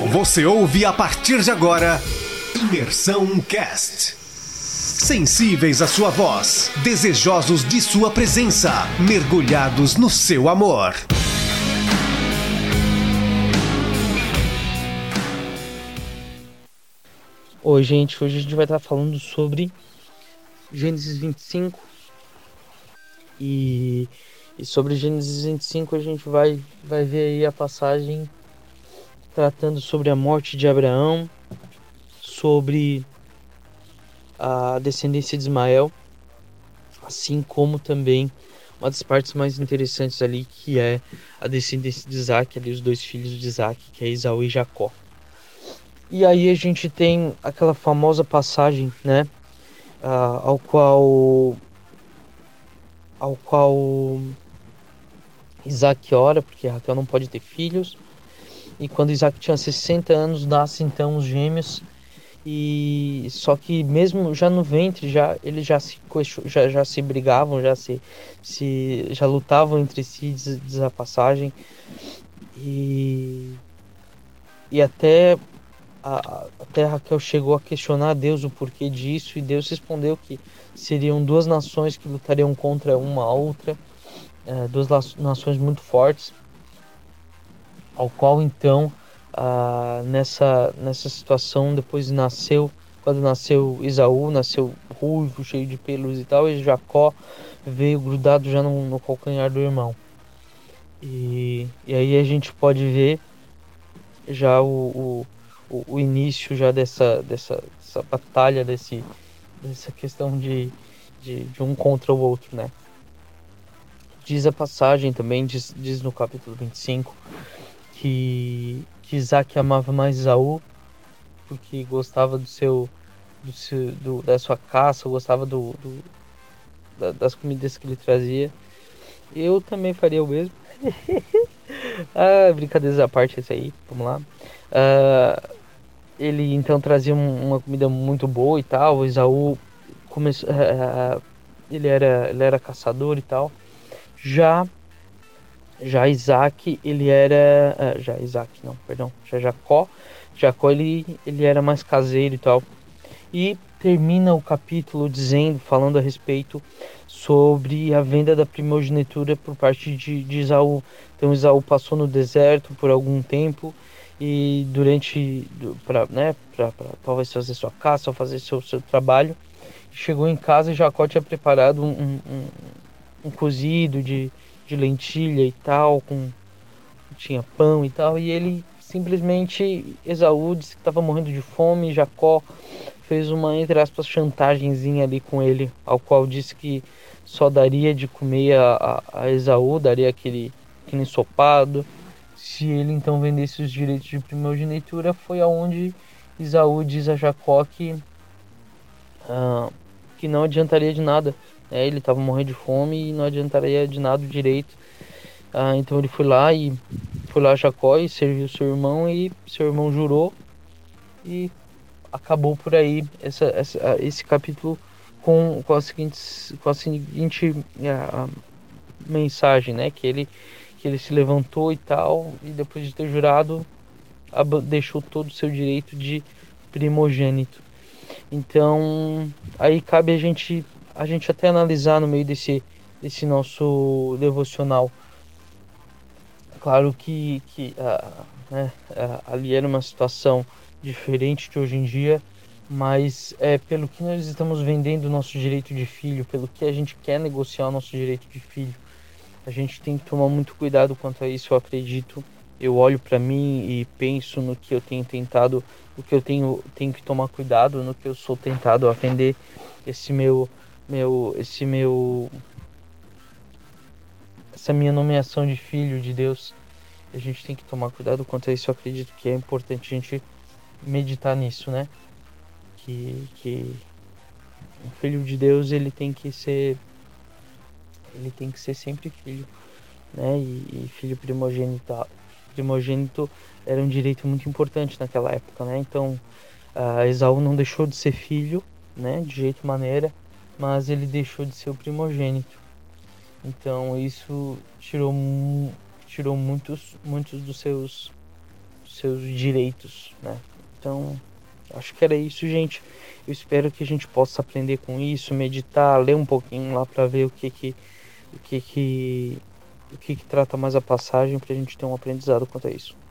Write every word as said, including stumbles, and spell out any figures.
Você ouve a partir de agora Imersão Cast. Sensíveis à sua voz, desejosos de sua presença, mergulhados no seu amor. Oi, gente, hoje a gente vai estar falando sobre Gênesis vinte e cinco e, e sobre Gênesis vinte e cinco a gente vai, vai ver aí a passagem tratando sobre a morte de Abraão, sobre a descendência de Ismael, assim como também uma das partes mais interessantes ali, que é a descendência de Isaac, ali os dois filhos de Isaac, que é Esaú e Jacó. E aí a gente tem aquela famosa passagem, né, uh, ao qual ao qual Isaac ora, porque Raquel não pode ter filhos, e quando Isaac tinha sessenta anos, nasce então os gêmeos, e só que mesmo já no ventre, já eles já se, já, já se brigavam, já se, se já lutavam entre si, diz, diz a passagem, e, e até A, até Raquel chegou a questionar a Deus o porquê disso, e Deus respondeu que seriam duas nações que lutariam contra uma a outra, é, duas nações muito fortes, ao qual então ah, nessa, nessa situação depois nasceu, quando nasceu Esaú, nasceu ruivo, cheio de pelos e tal, e Jacó veio grudado já no, no calcanhar do irmão. E, e aí a gente pode ver já o, o O, o início já dessa, dessa, dessa batalha, desse, dessa questão de, de, de um contra o outro, né? Diz a passagem também, diz, diz no capítulo vinte e cinco, que, que Isaac amava mais Esaú, porque gostava do seu, do seu do, da sua caça, gostava do, do, da, das comidas que ele trazia. Eu também faria o mesmo. ah, brincadeiras à parte, isso aí, vamos lá. Uh, Ele então trazia um, uma comida muito boa e tal. O Esaú começou, uh, ele era ele era caçador e tal. Já já Isaac ele era uh, já Isaac não, perdão, já Jacó. Jacó ele ele era mais caseiro e tal. E termina o capítulo dizendo, falando a respeito sobre a venda da primogenitura por parte de, de Esaú. Então Esaú passou no deserto por algum tempo, e durante para né para talvez fazer sua caça ou fazer seu seu trabalho, chegou em casa e Jacó tinha preparado um, um, um cozido de, de lentilha e tal, com tinha pão e tal, e ele simplesmente, Esaú disse que estava morrendo de fome, e Jacó fez uma, entre aspas, chantagemzinha ali com ele, ao qual disse que só daria de comer a, a, a Esaú, daria aquele, aquele ensopado, se ele então vendesse os direitos de primogenitura. Foi aonde Esaú diz a Jacó que, uh, que não adiantaria de nada, né? Ele estava morrendo de fome e não adiantaria de nada o direito. Uh, então ele foi lá e foi lá a Jacó e serviu seu irmão, e seu irmão jurou, e acabou por aí essa, essa, esse capítulo com, com a seguinte, com a seguinte uh, mensagem, né? Que ele que ele se levantou e tal, e depois de ter jurado, deixou todo o seu direito de primogênito. Então, aí cabe a gente, a gente até analisar no meio desse, desse nosso devocional. Claro que, que uh, né, uh, ali era uma situação diferente de hoje em dia, mas é pelo que nós estamos vendendo o nosso direito de filho, pelo que a gente quer negociar o nosso direito de filho. A gente tem que tomar muito cuidado quanto a isso, eu acredito. Eu olho para mim e penso no que eu tenho tentado, no que eu tenho, tenho que tomar cuidado, no que eu sou tentado a vender esse meu, meu, esse meu, essa minha nomeação de filho de Deus. A gente tem que tomar cuidado quanto a isso. Eu acredito que é importante a gente meditar nisso, né? Que, que um filho de Deus, ele tem que ser ele tem que ser sempre filho, né? E, e filho primogênito, primogênito era um direito muito importante naquela época, né? Então, uh, Esaú não deixou de ser filho, né? De jeito maneira, mas ele deixou de ser o primogênito. Então, isso tirou tirou muitos muitos dos seus seus direitos, né? Então, acho que era isso, gente. Eu espero que a gente possa aprender com isso, meditar, ler um pouquinho lá para ver o que que o que que o que que trata mais a passagem, pra gente ter um aprendizado quanto a isso.